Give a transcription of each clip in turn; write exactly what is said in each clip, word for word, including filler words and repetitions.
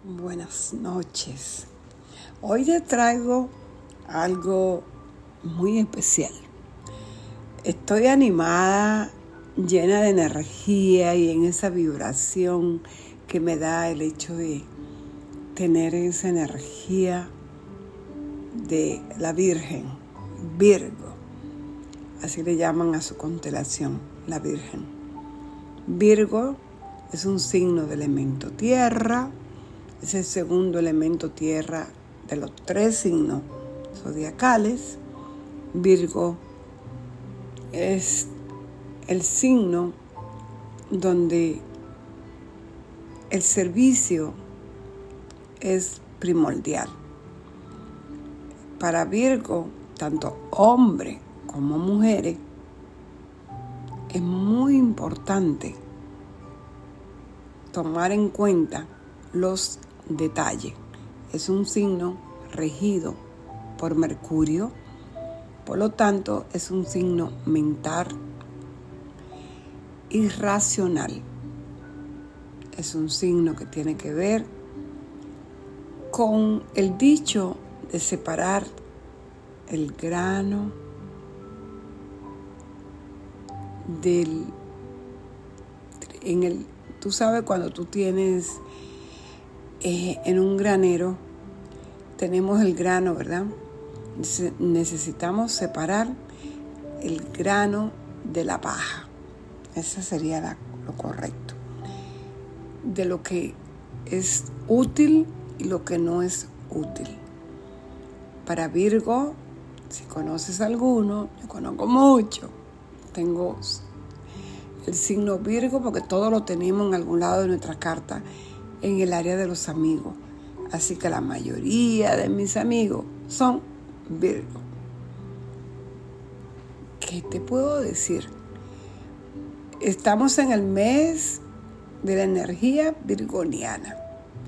Buenas noches. Hoy te traigo algo muy especial. Estoy animada, llena de energía y en esa vibración que me da el hecho de tener esa energía de la Virgen, Virgo. Así le llaman a su constelación, la Virgen. Virgo es un signo de elemento tierra. Es el segundo elemento tierra de los tres signos zodiacales. Virgo es el signo donde el servicio es primordial. Para Virgo, tanto hombres como mujeres, es muy importante tomar en cuenta los detalles. Es un signo regido por Mercurio, por lo tanto es un signo mental y racional. Es un signo que tiene que ver con el dicho de separar el grano del en el tú sabes cuando tú tienes Eh, en un granero tenemos el grano, ¿verdad? Necesitamos separar el grano de la paja. Ese sería la, lo correcto. De lo que es útil y lo que no es útil. Para Virgo, si conoces alguno, yo conozco mucho. Tengo el signo Virgo porque todos lo tenemos en algún lado de nuestra carta en el área de los amigos. Así que la mayoría de mis amigos son Virgo. ¿Qué te puedo decir? Estamos en el mes de la energía virgoniana.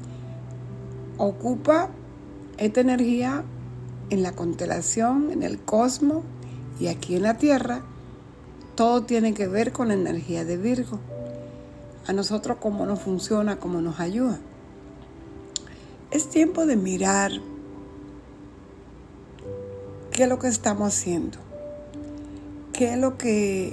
Ocupa esta energía en la constelación, en el cosmos y aquí en la Tierra. Todo tiene que ver con la energía de Virgo. A nosotros cómo nos funciona, cómo nos ayuda. Es tiempo de mirar qué es lo que estamos haciendo, qué es lo que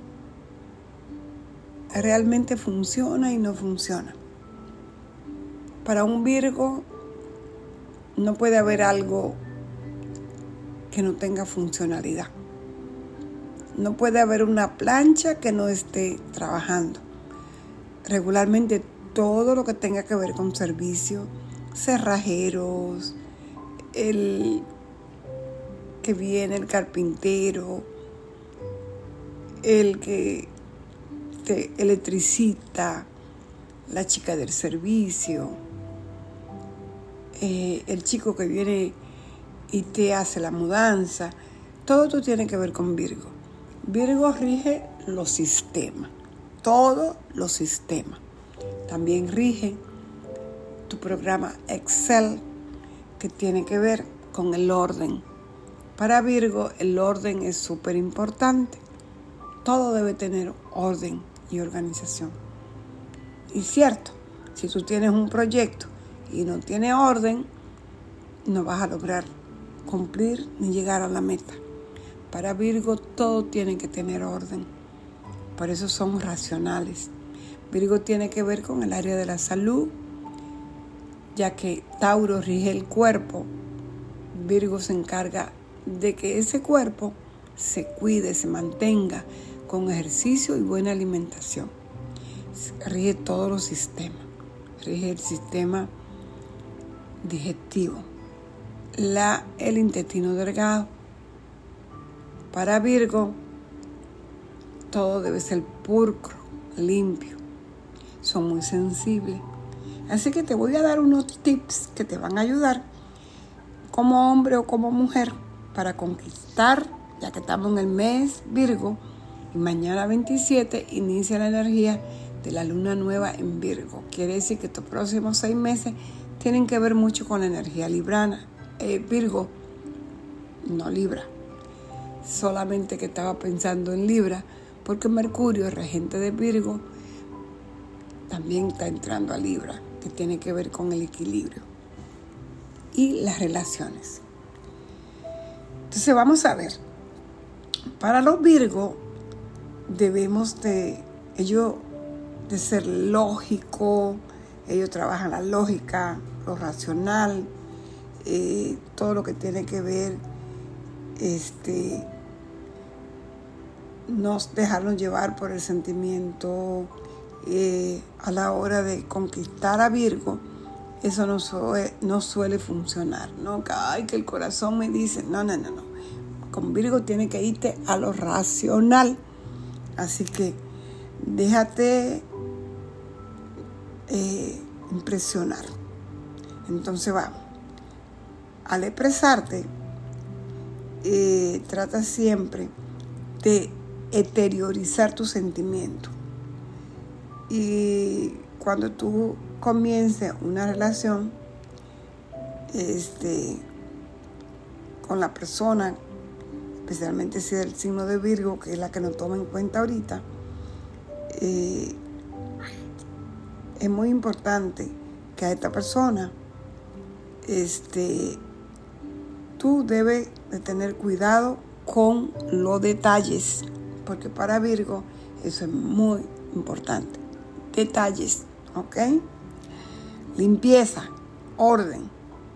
realmente funciona y no funciona. Para un Virgo no puede haber algo que no tenga funcionalidad. No puede haber una plancha que no esté trabajando. Regularmente todo lo que tenga que ver con servicio, cerrajeros, el que viene el carpintero, el que te electricita, la chica del servicio, eh, el chico que viene y te hace la mudanza, todo esto tiene que ver con Virgo. Virgo rige los sistemas. Todos los sistemas. También rige tu programa Excel, que tiene que ver con el orden. Para Virgo, el orden es súper importante. Todo debe tener orden y organización. Y cierto, si tú tienes un proyecto y no tiene orden, no vas a lograr cumplir ni llegar a la meta. Para Virgo, todo tiene que tener orden. Por eso son racionales. Virgo tiene que ver con el área de la salud, ya que Tauro rige el cuerpo. Virgo se encarga de que ese cuerpo se cuide, se mantenga con ejercicio y buena alimentación. Rige todos los sistemas. Rige el sistema digestivo, la, el intestino delgado. Para Virgo, todo debe ser pulcro, limpio. Son muy sensibles. Así que te voy a dar unos tips que te van a ayudar como hombre o como mujer para conquistar, ya que estamos en el mes Virgo y mañana veintisiete inicia la energía de la luna nueva en Virgo. Quiere decir que estos próximos seis meses tienen que ver mucho con la energía librana. Eh, Virgo, no Libra. Solamente que estaba pensando en Libra, porque Mercurio, el regente de Virgo, también está entrando a Libra. que tiene que ver con el equilibrio y las relaciones. Entonces vamos a ver, para los Virgos debemos de, ellos de ser lógicos, ellos trabajan la lógica, lo racional, eh, todo lo que tiene que ver, este, no dejarnos llevar por el sentimiento. Eh, a la hora de conquistar a Virgo, eso no suele, no suele funcionar, ¿no? Que, ay, que el corazón me dice, no, no, no, no. Con Virgo tiene que irte a lo racional. Así que déjate eh, impresionar. Entonces vamos. Al expresarte, eh, trata siempre de exteriorizar tus sentimientos. Y cuando tú comiences una relación este, con la persona, especialmente si es el signo de Virgo, que es la que nos toma en cuenta ahorita, eh, es muy importante que a esta persona este, tú debes de tener cuidado con los detalles, porque para Virgo eso es muy importante. Detalles, ¿ok? Limpieza, orden.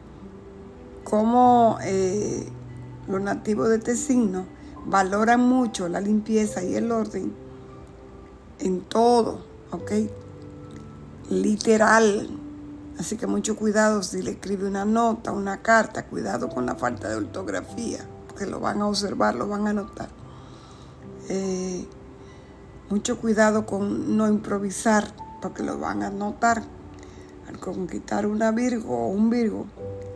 Como eh, los nativos de este signo valoran mucho la limpieza y el orden en todo, ¿ok? Literal. Así que mucho cuidado si le escribe una nota, una carta, cuidado con la falta de ortografía, porque lo van a observar, lo van a notar. Eh, Mucho cuidado con no improvisar, porque lo van a notar. Al conquistar una Virgo o un Virgo,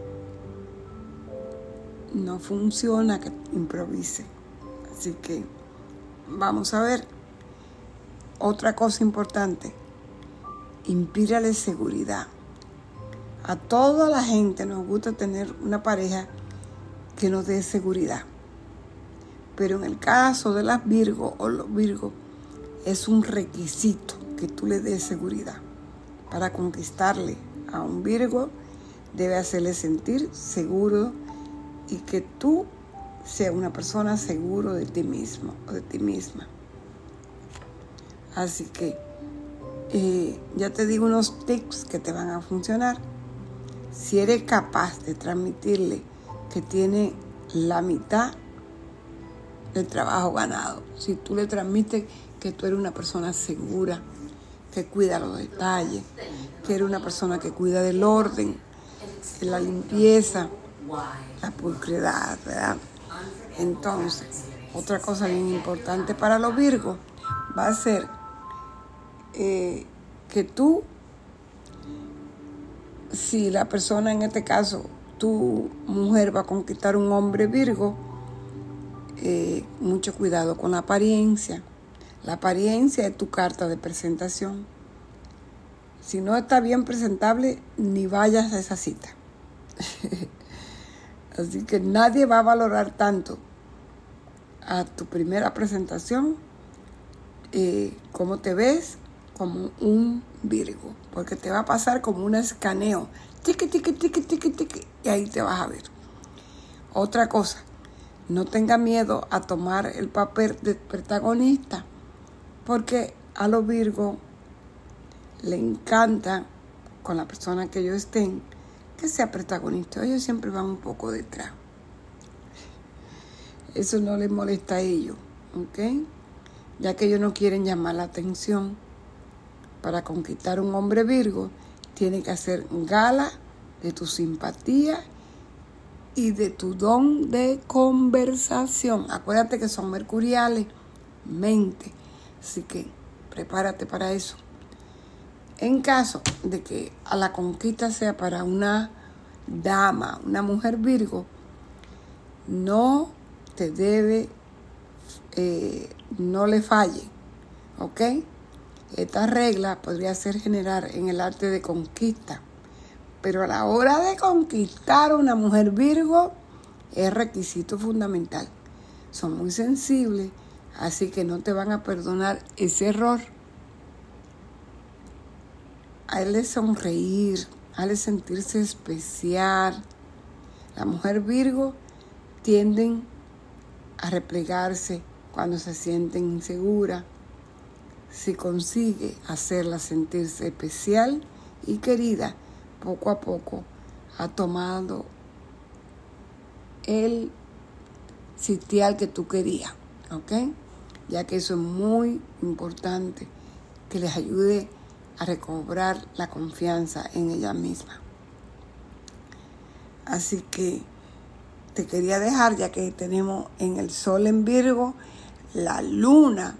no funciona que improvise. Así que vamos a ver. Otra cosa importante, inspírale seguridad. A toda la gente nos gusta tener una pareja que nos dé seguridad. Pero en el caso de las Virgo o los Virgos, es un requisito que tú le des seguridad. Para conquistarle a un Virgo, debe hacerle sentir seguro y que tú seas una persona seguro de ti mismo o de ti misma. Así que eh, ya te digo unos tips que te van a funcionar. Si eres capaz de transmitirle que tiene la mitad del trabajo ganado, si tú le transmites que tú eres una persona segura, que cuida los detalles, que eres una persona que cuida del orden, de la limpieza, la pulcriedad, ¿verdad? Entonces, otra cosa bien importante para los Virgos va a ser eh, que tú, si la persona, en este caso, tu mujer va a conquistar un hombre Virgo, eh, mucho cuidado con la apariencia. La apariencia es tu carta de presentación. Si no está bien presentable, ni vayas a esa cita. Así que nadie va a valorar tanto a tu primera presentación eh, cómo te ves como un Virgo, porque te va a pasar como un escaneo, tiqui, tiqui, tiqui, tiqui, tiqui, y ahí te vas a ver. Otra cosa, no tenga miedo a tomar el papel de protagonista, porque a los Virgos le encanta, con la persona que ellos estén, que sea protagonista. Ellos siempre van un poco detrás. Eso no les molesta a ellos, ¿ok? Ya que ellos no quieren llamar la atención. Para conquistar un hombre Virgo, tiene que hacer gala de tu simpatía y de tu don de conversación. Acuérdate que son mercuriales, mente. Así que prepárate para eso. En caso de que a la conquista sea para una dama, una mujer Virgo, no te debe, eh, no le falle, ¿ok? Esta regla podría ser general en el arte de conquista, pero a la hora de conquistar a una mujer Virgo es requisito fundamental. Son muy sensibles, así que no te van a perdonar ese error. hazle sonreír, hazle sentirse especial. La mujer Virgo tienden a replegarse cuando se sienten inseguras. Si consigue hacerla sentirse especial y querida, poco a poco ha tomado el sitial que tú querías, ¿ok? Ya que eso es muy importante, que les ayude a recobrar la confianza en ella misma. Así que te quería dejar, ya que tenemos en el sol en Virgo, la luna,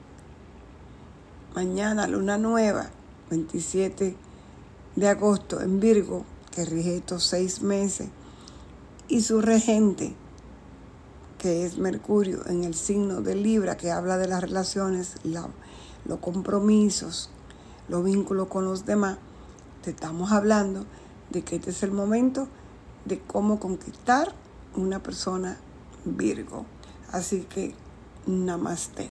mañana luna nueva, veintisiete de agosto en Virgo, que rige estos seis meses, y su regente, que es Mercurio, en el signo de Libra, que habla de las relaciones, la, los compromisos, los vínculos con los demás. Te estamos hablando de que este es el momento de cómo conquistar una persona Virgo. Así que, namaste.